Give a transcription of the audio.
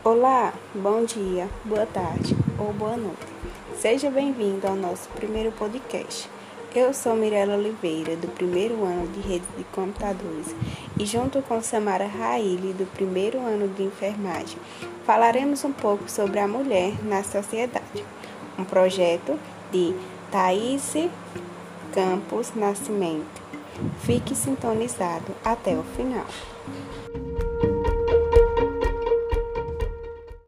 Olá, bom dia, boa tarde ou boa noite. Seja bem-vindo ao nosso primeiro podcast. Eu sou Mirela Oliveira, do primeiro ano de Rede de Computadores, e junto com Samara Raile, do primeiro ano de Enfermagem, falaremos um pouco sobre a mulher na sociedade, um projeto de Thaís Campos Nascimento. Fique sintonizado até o final.